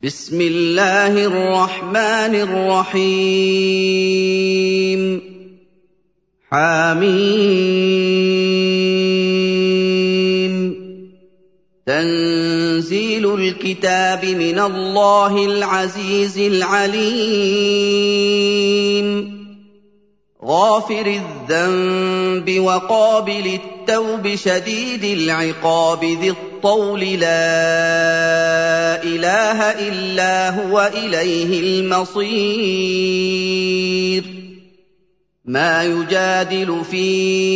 بسم الله الرحمن الرحيم حم تنزيل الكتاب من الله العزيز العليم غافر الذنب وقابل التوب شديد العقاب ذي الطول لا إله إلا هو إليه المصير ما يجادل في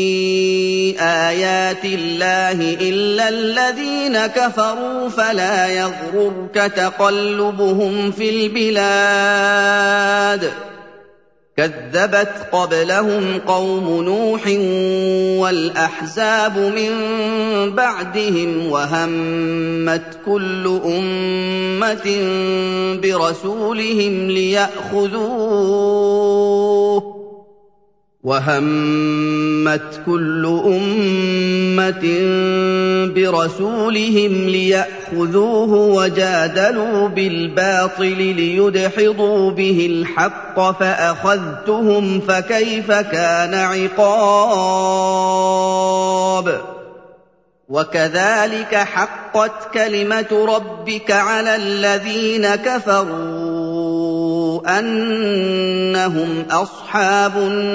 آيات الله إلا الذين كفروا فلا يغررك تقلبهم في البلاد كذبت قبلهم قوم نوح والأحزاب من بعدهم وهمت كل أمة برسولهم ليأخذوه وجادلوا بالباطل ليدحضوا به الحق فأخذتهم فكيف كان عقاب وكذلك حقت كلمة ربك على الذين كفروا أنهم أصحاب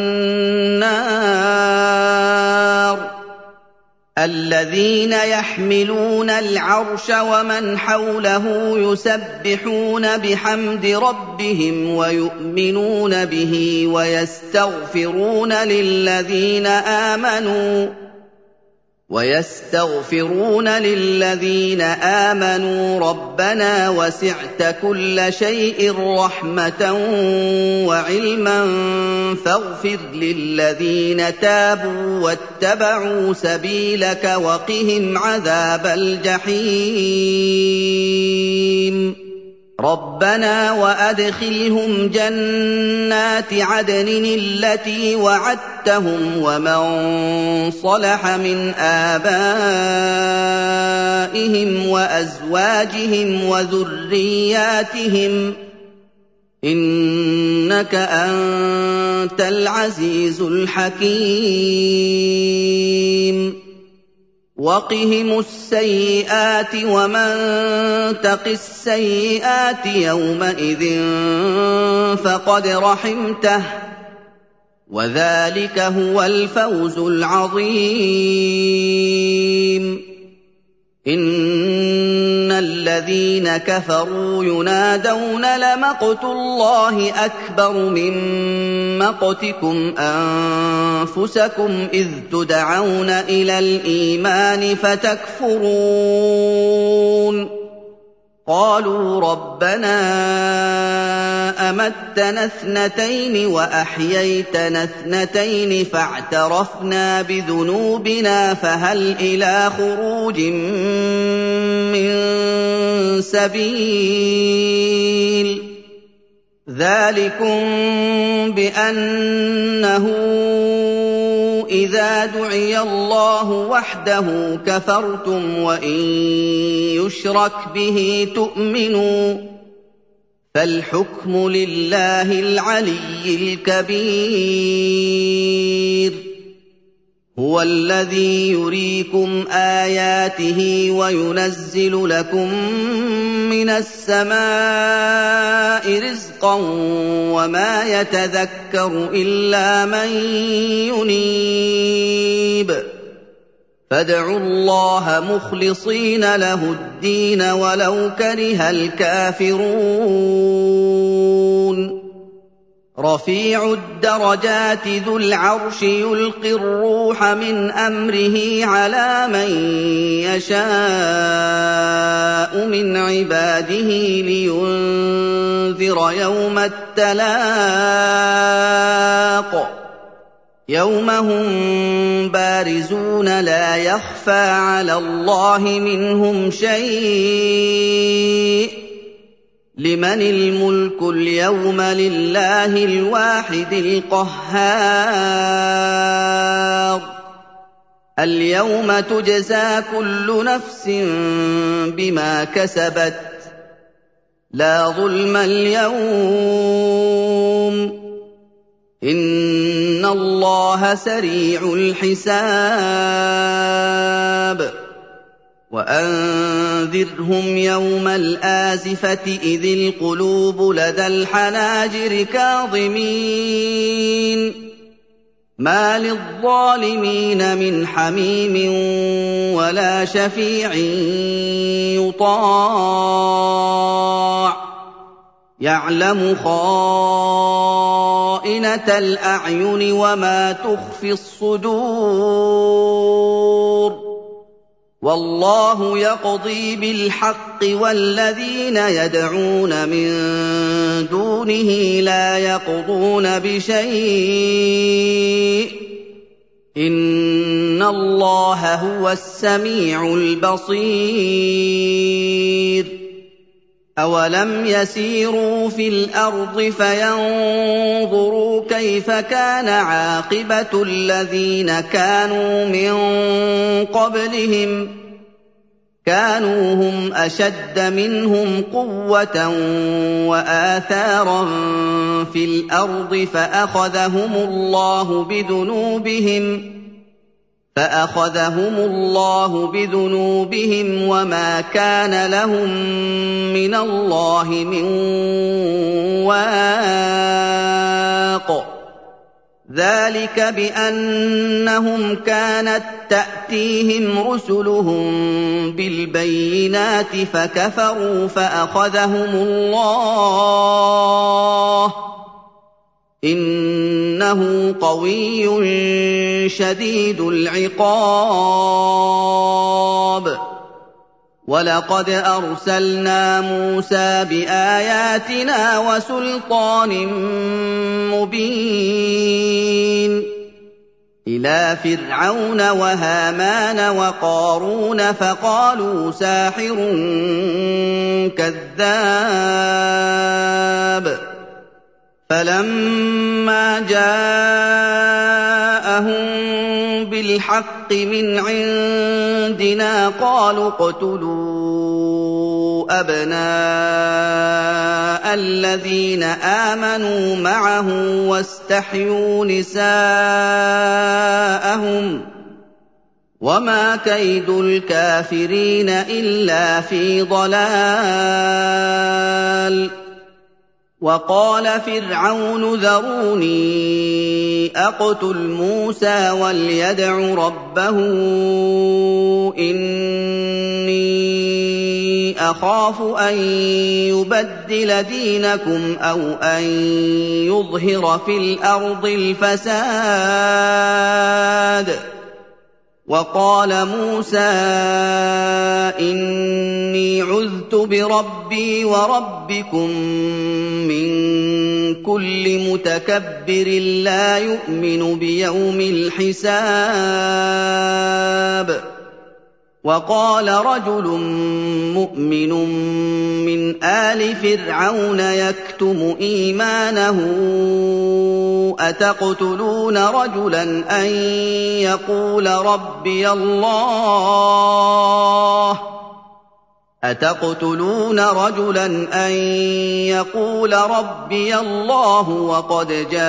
النار الذين يحملون العرش ومن حوله يسبحون بحمد ربهم ويؤمنون به ويستغفرون للذين آمنوا ربنا وسعت كل شيء رحمة وعلما فاغفر للذين تابوا واتبعوا سبيلك وقهم عذاب الجحيم ربنا وأدخلهم جنات عدن التي وعدتهم ومن صلح من آبائهم وأزواجهم وذرياتهم إنك أنت العزيز الحكيم وقهم السيئات ومن تق السيئات يومئذ فقد رحمته وذلك هو الفوز العظيم إن الذين كفروا ينادون لمقت الله أكبر من مقتكم أنفسكم إذ تدعون إلى الإيمان فتكفرون قالوا ربنا أمتنا اثنتين وأحييتنا اثنتين فاعترفنا بذنوبنا فهل إلى خروج من سبيل ذلكم بأنه إذا دعي الله وحده كفرتم وإن يشرك به تؤمنوا فالحكم لله العلي الكبير هو الذي يريكم آياته وينزل لكم من السماء رزقا وما يتذكر إلا من ينيب فادعوا الله مخلصين له الدين ولو كره الكافرون رفيع الدرجات ذو العرش يلقي الروح من أمره على من يشاء من عباده لينذر يوم التلاق يوم هم بارزون لا يخفى على الله منهم شيء لمن الملك اليوم لله الواحد القهار اليوم تجزى كل نفس بما كسبت لَا ظُلْمَ الْيَوْمَ إِنَّ اللَّهَ سَرِيعُ الْحِسَابِ وَأَنذِرْهُمْ يَوْمَ الْآزِفَةِ إِذِ الْقُلُوبُ لَدَى الْحَنَاجِرِ كَاظِمِينَ مَا لِلظَّالِمِينَ مِنْ حَمِيمٍ وَلَا شَفِيعٍ يُطَاعُ يَعْلَمُ خَائِنَةَ الْأَعْيُنِ وَمَا تُخْفِي الصُّدُورُ وَاللَّهُ يَقْضِي بِالْحَقِّ وَالَّذِينَ يَدْعُونَ مِن دُونِهِ لَا يَقْضُونَ بِشَيْءٍ ۗ إِنَّ اللَّهَ هُوَ السَّمِيعُ الْبَصِيرُ أَوَلَمْ يَسِيرُوا فِي الْأَرْضِ فَيَنظُرُوا كَيْفَ كَانَ عَاقِبَةُ الَّذِينَ كَانُوا مِن قَبْلِهِمْ ۚ كَانُوا هُمْ أَشَدَّ مِنْهُمْ قُوَّةً وَآثَارًا فِي الْأَرْضِ فَأَخَذَهُمُ اللَّهُ بِذُنُوبِهِمْ وَمَا كَانَ لَهُم مِّنَ اللَّهِ مِن وَاقٍ ذَٰلِكَ بِأَنَّهُمْ كَانَت تَّأْتِيهِمْ رُسُلُهُم بِالْبَيِّنَاتِ فَكَفَرُوا فَأَخَذَهُمُ اللَّهُ ۚ إِنَّهُ قَوِيٌّ شَدِيدُ الْعِقَابِ وَلَقَدْ أَرْسَلْنَا مُوسَىٰ بِآيَاتِنَا وَسُلْطَانٍ مُّبِينٍ إِلَىٰ فِرْعَوْنَ وَهَامَانَ وَقَارُونَ فَقَالُوا سَاحِرٌ كَذَّابٌ فَلَمَّا جَاءَهُم بِالْحَقِّ مِنْ عِندِنَا قَالُوا اقْتُلُوا أَبْنَاءَ الَّذِينَ آمَنُوا مَعَهُ وَاسْتَحْيُوا نِسَاءَهُمْ ۚ وَمَا كَيْدُ الْكَافِرِينَ إِلَّا فِي ضَلَالٍ وَقَالَ فِرْعَوْنُ ذَرُونِي أَقْتُلْ مُوسَىٰ وَلْيَدْعُ رَبَّهُ إِنِّي أَخَافُ أَن يُبَدِّلَ دِينَكُمْ أَوْ أَن يُظْهِرَ فِي الْأَرْضِ الْفَسَادَ وَقَالَ مُوسَىٰ إِنِّي عُذْتُ بِرَبِّي وَرَبِّكُم مِّن كُلِّ مُتَكَبِّرٍ لَّا يُؤْمِنُ بِيَوْمِ الْحِسَابِ وَقَالَ رَجُلٌ مُّؤْمِنٌ مِّنْ آلِ فِرْعَوْنَ يَكْتُمُ إِيمَانَهُ أَتَقْتُلُونَ رَجُلًا أَن يَقُولَ رَبِّيَ اللَّهُ وَقَدْ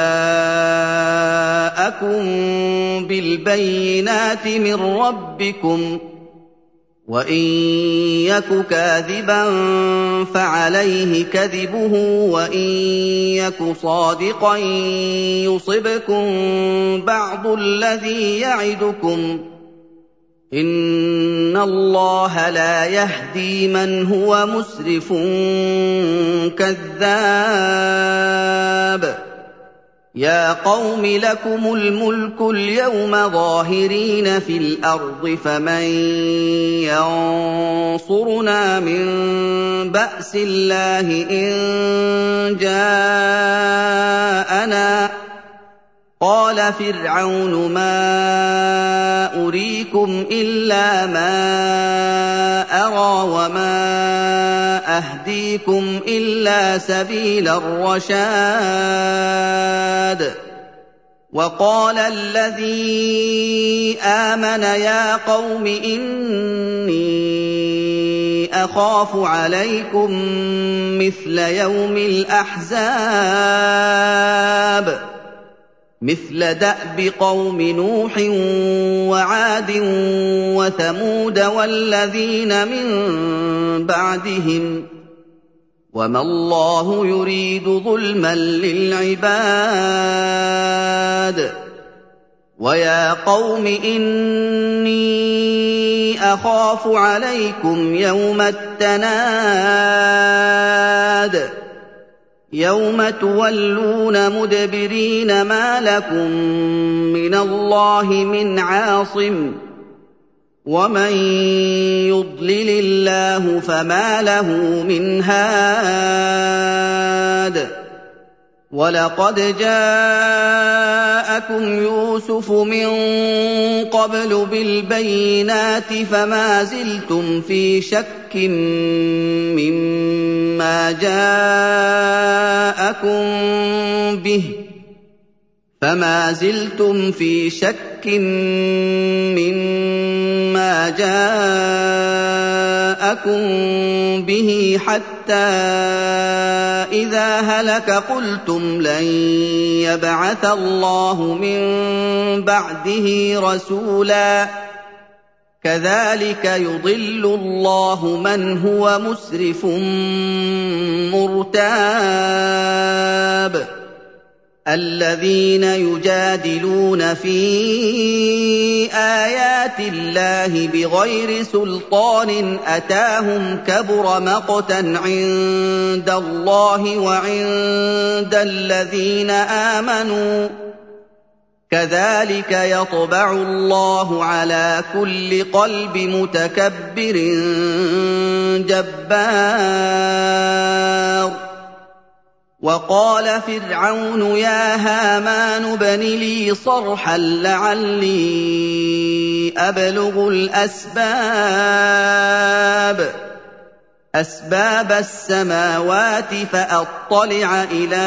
جَاءَكُم بِالْبَيِّنَاتِ مِن رَّبِّكُمْ ۖ وَإِن يَكُ كَاذِبًا فَعَلَيْهِ كَذِبُهُ وَإِن يَكُ صَادِقًا يُصِبْكُم بَعْضُ الَّذِي يَعِدُكُمْ ۖ إِنَّ اللَّهَ لَا يَهْدِي مَنْ هُوَ مُسْرِفٌ كَذَّابٌ يَا قَوْمِ لَكُمُ الْمُلْكُ الْيَوْمَ ظَاهِرِينَ فِي الْأَرْضِ فَمَن يَنصُرُنَا مِن بَأْسِ اللَّهِ إِن جَاءَنَا ۚ قَالَ فِرْعَوْنُ مَا أُرِيكُمْ إِلَّا مَا أَرَىٰ وَمَا أَهْدِيكُمْ إِلَّا سَبِيلَ الرَّشَادِ وَقَالَ الَّذِي آمَنَ يَا قَوْمِ إِنِّي أخاف عليكم مثل يوم الأحزاب مثل دأب قوم نوح وعاد وثمود والذين من بعدهم وما الله يريد ظلما للعباد ويا قوم إني أخاف عليكم يوم التناد يوم تولون مدبرين ما لكم من الله من عاصم ومن يضلل الله فما له من هاد ولقد جاءكم يوسف من قبل بالبينات فما زلتم في شك مما جاءكم به حتى إذا هلك قلتم لن يبعث الله من بعده رسولا كذلك يضل الله من هو مسرف مرتاب الذين يجادلون في آيات الله بغير سلطان أتاهم كبر مقتا عند الله وعند الذين آمنوا كذلك يطبع الله على كل قلب متكبر جبار وقال فرعون يا هامان ابن لي صرحا لعلي أبلغ أسباب السماوات فأطلع إلى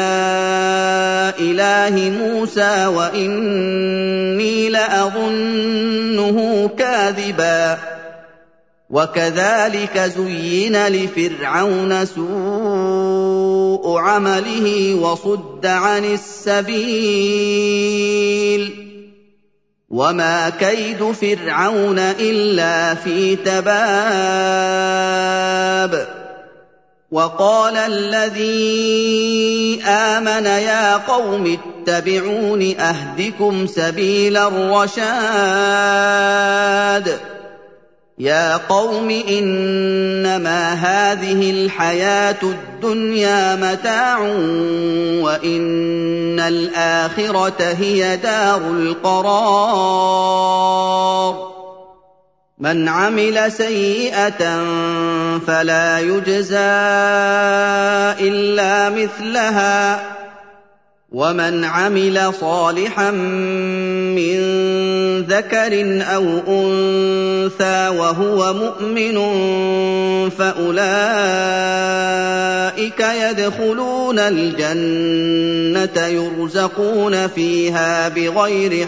إله موسى وإني لأظنه كاذبا وكذلك زين لفرعون سوء عمله وصد عن السبيل وما كيد فرعون إلا في تباب وقال الذي آمن يا قوم اتبعون أهدكم سبيل الرشاد يا قوم إنما هذه الحياة الدنيا متاع وإن الآخرة هي دار القرار من عمل سيئة فلا يجزى إلا مثلها ومن عمل صالحا من ذكر أو أنثى وهو مؤمن فأولئك يدخلون الجنة يرزقون فيها بغير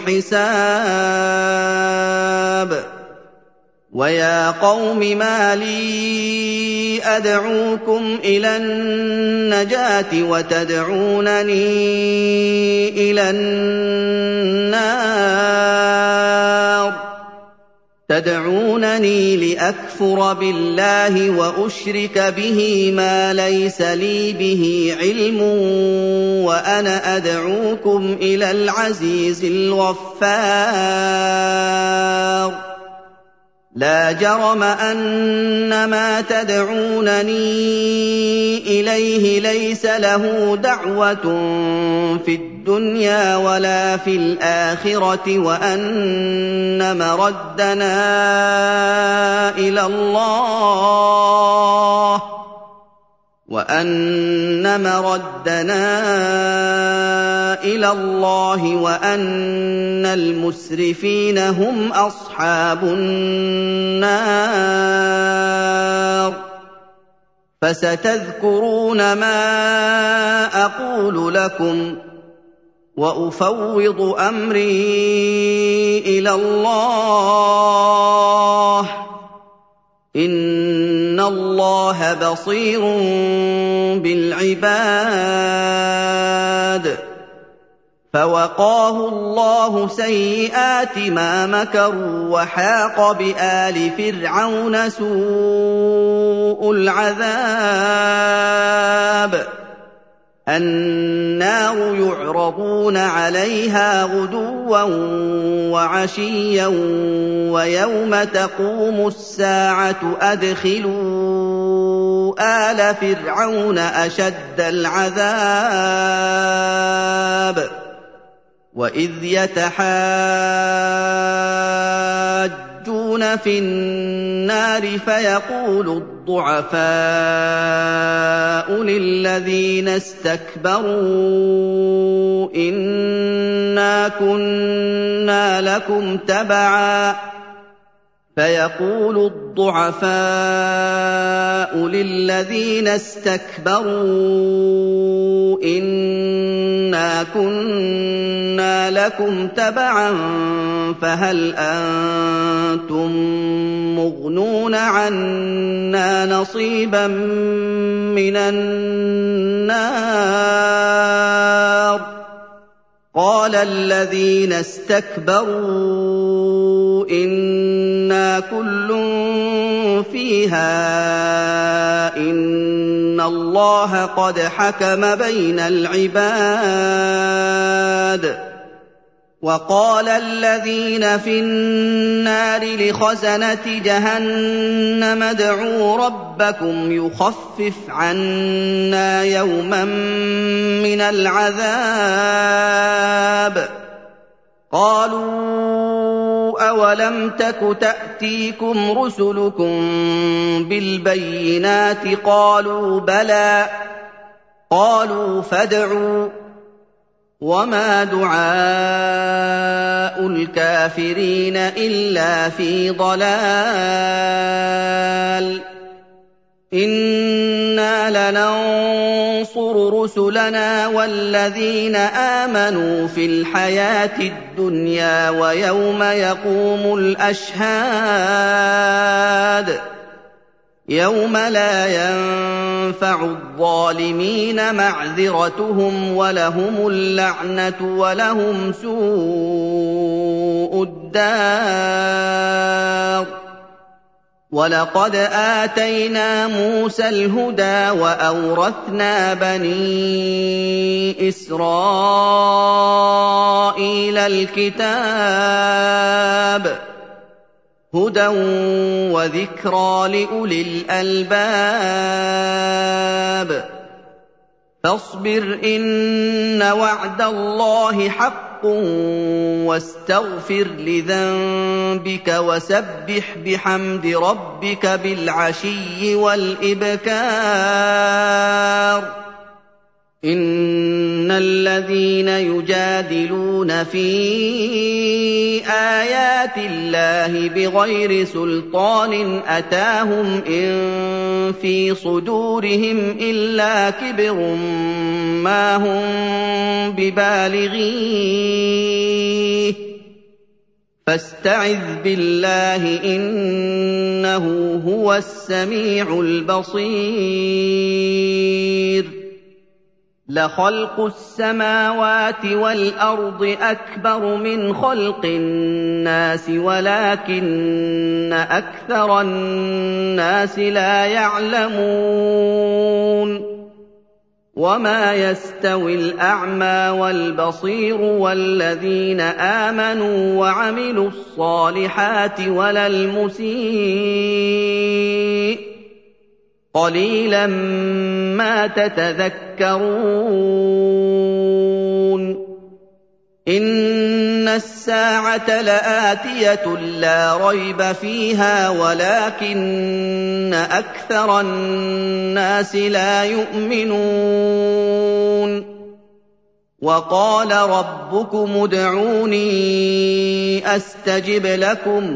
حساب ويا قوم ما لي أدعوكم إلى النجاة وتدعونني إلى النار تدعونني لأكفر بالله وأشرك به ما ليس لي به علم وأنا أدعوكم إلى العزيز الغفار لا جرم أن ما تدعونني إليه ليس له دعوة في الدنيا ولا في الآخرة وأن مردنا إلى الله وأن المسرفين هم أصحاب النار فستذكرون ما أقول لكم وأفوض أمري إلى الله إن اللَّهَ بَصِيرٌ بِالْعِبَادِ فَوَقَاهُ اللَّهُ سَيِّئَاتِ مَا مَكَرُوا وَحَاقَ بِآلِ فِرْعَوْنَ سُوءُ الْعَذَابِ النَّارُ يُعْرَضُونَ عَلَيْهَا غُدُوًّا وَعَشِيًّا وَيَوْمَ تَقُومُ السَّاعَةُ أَدْخِلُوا آلَ فِرْعَوْنَ أَشَدَّ الْعَذَابِ وَإِذْ يَتَحَاجُّونَ فِي النَّارِ فَيَقُولُ الضُّعَفَاءُ لِلَّذِينَ اسْتَكْبَرُوا إِنَّا كُنَّا لَكُمْ تَبَعًا فَهَلْ أَنتُم مُّغْنُونَ عَنَّا نَصِيبًا مِّنَ النَّارِ قَالَ الَّذِينَ اسْتَكْبَرُوا إِنَّا كُلٌّ فِيهَا إِنَّ اللَّهَ قَدْ حَكَمَ بَيْنَ الْعِبَادِ وَقَالَ الَّذِينَ فِي النَّارِ لِخَزَنَةِ جَهَنَّمَ ادْعُوا رَبَّكُمْ يُخَفِّفْ عَنَّا يَوْمًا مِّنَ الْعَذَابِ قَالُوا أَوَلَمْ تَكُ تَأْتِيكُمْ رُسُلُكُم بِالْبَيِّنَاتِ قَالُوا بَلَىٰ قَالُوا فَادْعُوا وَمَا دُعَاءُ الْكَافِرِينَ إِلَّا فِي ضَلَالٍ إِنَّا لَنَنصُرُ رُسُلَنَا وَالَّذِينَ آمَنُوا فِي الْحَيَاةِ الدُّنْيَا وَيَوْمَ يَقُومُ الْأَشْهَادُ يَوْمَ لَا يَنفَعُ الظَّالِمِينَ مَعْذِرَتُهُمْ وَلَهُمُ اللَّعْنَةُ وَلَهُمْ سُوءُ الدَّارِ وَلَقَدْ آتَيْنَا مُوسَى الْهُدَىٰ وَأَوْرَثْنَا بَنِي إِسْرَائِيلَ الْكِتَابَ هُدًى وَذِكْرَىٰ لِأُولِي الْأَلْبَابِ فَاصْبِرْ إِنَّ وَعْدَ اللَّهِ حَقٌّ وَاسْتَغْفِرْ لِذَنبِكَ وَسَبِّحْ بِحَمْدِ رَبِّكَ بِالْعَشِيِّ وَالْإِبْكَارِ إِنَّ الَّذِينَ يُجَادِلُونَ فِي آيَاتِ اللَّهِ بِغَيْرِ سُلْطَانٍ أَتَاهُمْ إِن فِي صُدُورِهِمْ إِلَّا كِبْرٌ مَّا هُم بِبَالِغِيهِ فَاسْتَعِذْ بِاللَّهِ ۖ إِنَّهُ هُوَ السَّمِيعُ الْبَصِيرُ لَخَلْقُ السَّمَاوَاتِ وَالْأَرْضِ أَكْبَرُ مِنْ خَلْقِ النَّاسِ وَلَٰكِنَّ أَكْثَرَ النَّاسِ لَا يَعْلَمُونَ وَمَا يَسْتَوِي الْأَعْمَىٰ وَالْبَصِيرُ وَالَّذِينَ آمَنُوا وَعَمِلُوا الصَّالِحَاتِ وَلَا الْمُسِيءُ قَلِيلًا مَّا تَتَذَكَّرُونَ إِنَّ السَّاعَةَ لَآتِيَةٌ لَّا رَيْبَ فِيهَا وَلَٰكِنَّ أَكْثَرَ النَّاسِ لَا يُؤْمِنُونَ وَقَالَ رَبُّكُمُ ادْعُونِي أَسْتَجِبْ لَكُمْ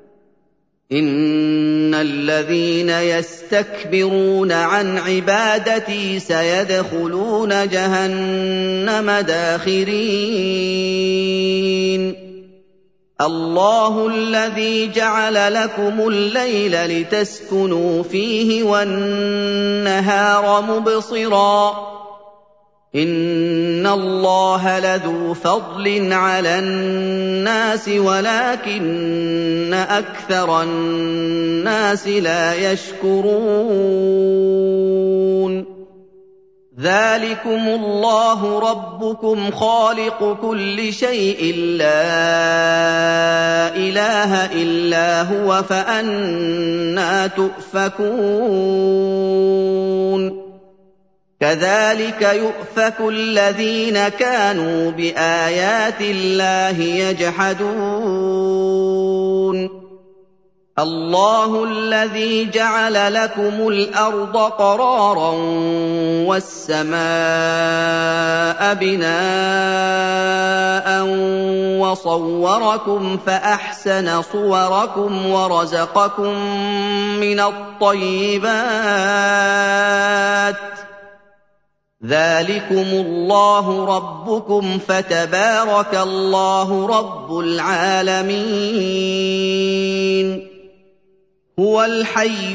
إِنَّ الَّذِينَ يَسْتَكْبِرُونَ عَنْ عِبَادَتِي سَيَدْخُلُونَ جَهَنَّمَ دَاخِرِينَ اللَّهُ الَّذِي جَعَلَ لَكُمُ اللَّيْلَ لِتَسْكُنُوا فِيهِ وَالنَّهَارَ مُبْصِرًا ۚ إِنَّ اللَّهَ لَذُو فَضْلٍ عَلَى النَّاسِ وَلَٰكِنَّ أَكْثَرَ النَّاسِ لَا يَشْكُرُونَ ذَٰلِكُمُ اللَّهُ رَبُّكُمْ خَالِقُ كُلِّ شَيْءٍ لَّا إِلَٰهَ إِلَّا هُوَ فَأَنَّىٰ تُؤْفَكُونَ كَذَٰلِكَ يُؤْفَكُ الَّذِينَ كَانُوا بِآيَاتِ اللَّهِ يَجْحَدُونَ اللَّهُ الَّذِي جَعَلَ لَكُمُ الْأَرْضَ قَرَارًا وَالسَّمَاءَ بِنَاءً وَصَوَّرَكُمْ فَأَحْسَنَ صُوَرَكُمْ وَرَزَقَكُم مِّنَ الطَّيِّبَاتِ ۚ ذَٰلِكُمُ اللَّهُ رَبُّكُمْ فَتَبَارَكَ اللَّهُ رَبُّ الْعَالَمِينَ هُوَ الْحَيُّ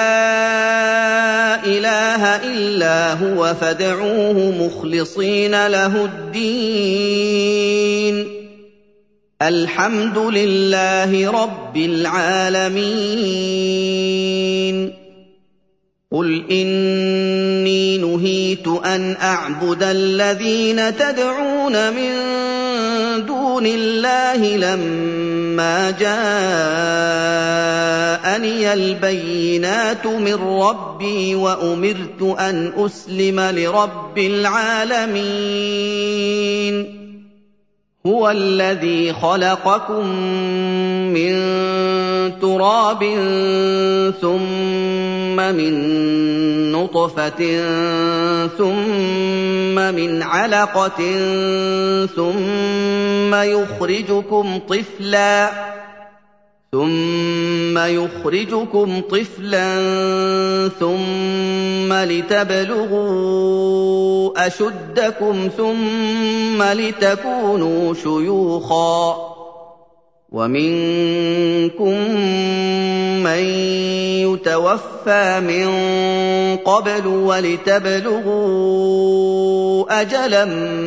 لَا إِلَٰهَ إِلَّا هُوَ فَادْعُوهُ مُخْلِصِينَ لَهُ الدِّينَ الْحَمْدُ لِلَّهِ رَبِّ الْعَالَمِينَ قُلْ إِنِّي نُهِيتُ أَنْ أَعْبُدَ الَّذِينَ تَدْعُونَ مِن دُونِ اللَّهِ لَمَّا جَاءَنِيَ الْبَيِّنَاتُ مِن رَّبِّي وَأُمِرْتُ أَنْ أُسْلِمَ لِرَبِّ الْعَالَمِينَ هُوَ الَّذِي خَلَقَكُم مِّن تُرَابٍ ثُمَّ مِن نُّطْفَةٍ ثُمَّ مِنْ عَلَقَةٍ ثُمَّ يُخْرِجُكُمْ طِفْلًا ثُمَّ لِتَبْلُغُوا أَشُدَّكُمْ ثُمَّ لِتَكُونُوا شُيُوخًا ۚ وَمِنكُم مَّن يُتَوَفَّىٰ مِن قَبْلُ وَلِتَبْلُغُوا أَجَلًا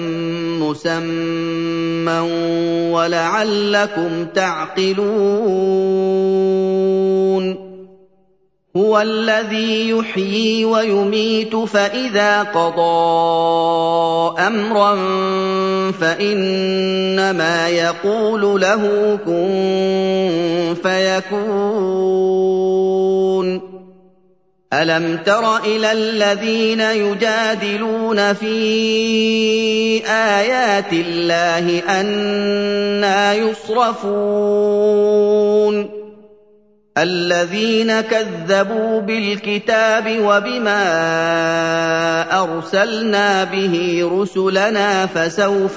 مُّسَمًّى وَلَعَلَّكُمْ تَعْقِلُونَ هُوَ الَّذِي يُحْيِي وَيُمِيتُ فَإِذَا قَضَىٰ أَمْرًا فَإِنَّمَا يَقُولُ لَهُ كُن فَيَكُونُ أَلَمْ تَرَ إِلَى الَّذِينَ يُجَادِلُونَ فِي آيَاتِ اللَّهِ أَنَّىٰ يُصْرَفُونَ الَّذِينَ كَذَّبُوا بِالْكِتَابِ وَبِمَا أَرْسَلْنَا بِهِ رُسُلَنَا فَسَوْفَ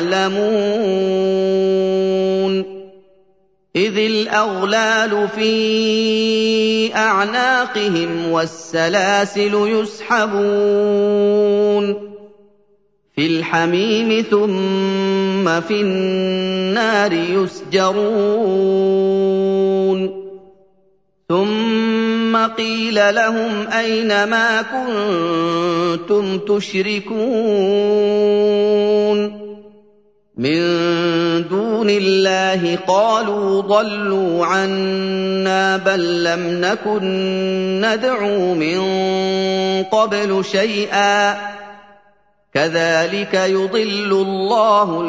يَعْلَمُونَ إِذِ الْأَغْلَالُ فِي أَعْنَاقِهِمْ وَالسَّلَاسِلُ يُسْحَبُونَ فِي الْحَمِيمِ ثُمَّ فِي النَّارِ يُسْجَرُونَ ثُمَّ قِيلَ لَهُمْ أَيْنَ مَا كُنتُمْ تُشْرِكُونَ مِن دُونِ اللَّهِ قَالُوا ضَلُّوا عَنَّا بَل لَّمْ نَكُن نَّدْعُو مِن قَبْلُ شَيْئًا ۚ كَذَٰلِكَ يُضِلُّ اللَّهُ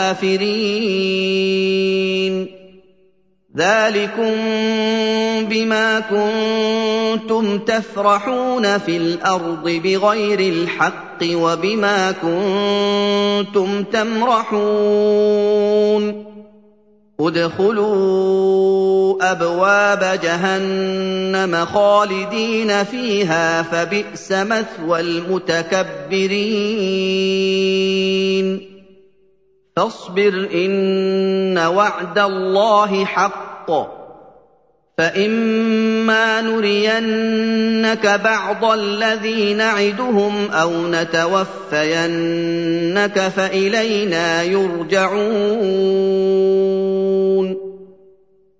الْكَافِرِينَ ذَٰلِكُم بِمَا كُنتُمْ تَفْرَحُونَ فِي الْأَرْضِ بِغَيْرِ الْحَقِّ وَبِمَا كُنتُمْ تَمْرَحُونَ ادْخُلُوا أَبْوَابَ جَهَنَّمَ خَالِدِينَ فِيهَا فَبِئْسَ مَثْوَى الْمُتَكَبِّرِينَ فاصبر إن وعد الله حق فإما نرينك بعض الذي نعدهم أو نتوفينك فإلينا يرجعون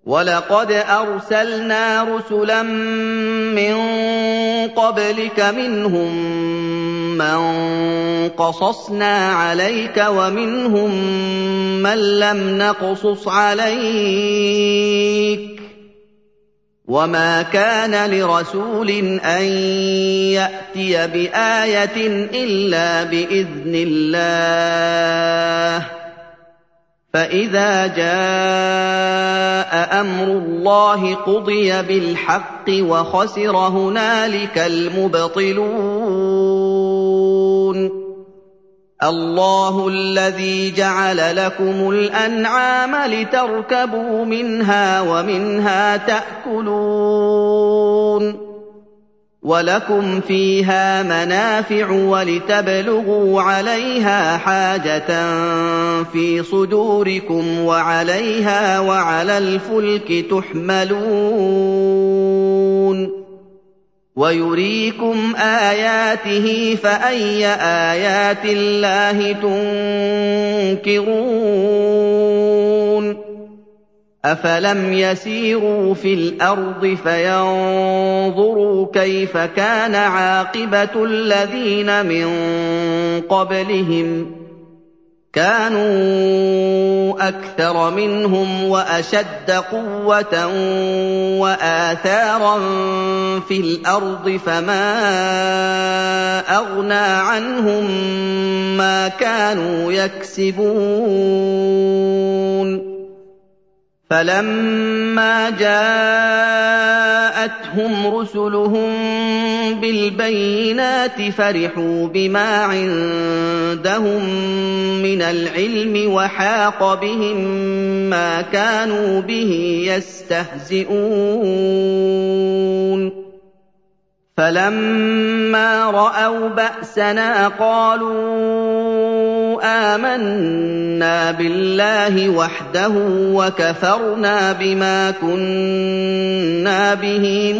وَلَقَدْ أَرْسَلْنَا رُسُلًا مِّن قَبْلِكَ مِنْهُم مَّن قَصَصْنَا عَلَيْكَ وَمِنْهُم مَّن لَّمْ نَقْصُصْ عَلَيْكَ ۗ وَمَا كَانَ لِرَسُولٍ أَن يَأْتِيَ بِآيَةٍ إِلَّا بِإِذْنِ اللَّهِ ۚ فَإِذَا جَاءَ أَمْرُ اللَّهِ قُضِيَ بِالْحَقِّ وَخَسِرَ هُنَالِكَ الْمُبْطِلُونَ اللَّهُ الَّذِي جَعَلَ لَكُمُ الْأَنْعَامَ لِتَرْكَبُوا مِنْهَا وَمِنْهَا تَأْكُلُونَ وَلَكُمْ فِيهَا مَنَافِعُ وَلِتَبْلُغُوا عَلَيْهَا حَاجَةً فِي صُدُورِكُمْ وَعَلَيْهَا وَعَلَى الْفُلْكِ تُحْمَلُونَ وَيُرِيكُمْ آيَاتِهِ فَأَيَّ آيَاتِ اللَّهِ تُنكِرُونَ أَفَلَمْ يَسِيرُوا فِي الْأَرْضِ فَيَنظُرُوا كَيْفَ كَانَ عَاقِبَةُ الَّذِينَ مِن قَبْلِهِمْ ۚ كَانُوا أَكْثَرَ مِنْهُمْ وَأَشَدَّ قُوَّةً وَآثَارًا فِي الْأَرْضِ فَمَا أَغْنَىٰ عَنْهُم مَّا كَانُوا يَكْسِبُونَ فَلَمَّا جَاءَتْهُمْ رُسُلُهُم بِالْبَيِّنَاتِ فَرِحُوا بِمَا عِندَهُم مِّنَ الْعِلْمِ وَحَاقَ بِهِم مَّا كَانُوا بِهِ يَسْتَهْزِئُونَ فَلَمَّا رَأَوْا بَأْسَنَا قَالُوا آمَنَّا بِاللَّهِ وَحْدَهُ وَكَفَرْنَا بِمَا كُنَّا بِهِ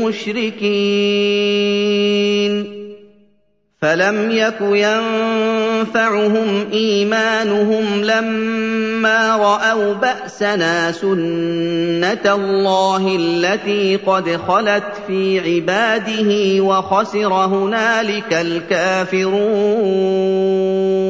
مُشْرِكِينَ فَلَمْ يَكُ يَنفَعُهُمْ إِيمَانُهُمْ لَمَّا رَأَوْا بَأْسَنَا سُنَّتَ اللَّهِ الَّتِي قَدْ خَلَتْ فِي عِبَادِهِ وَخَسِرَ هُنَالِكَ الْكَافِرُونَ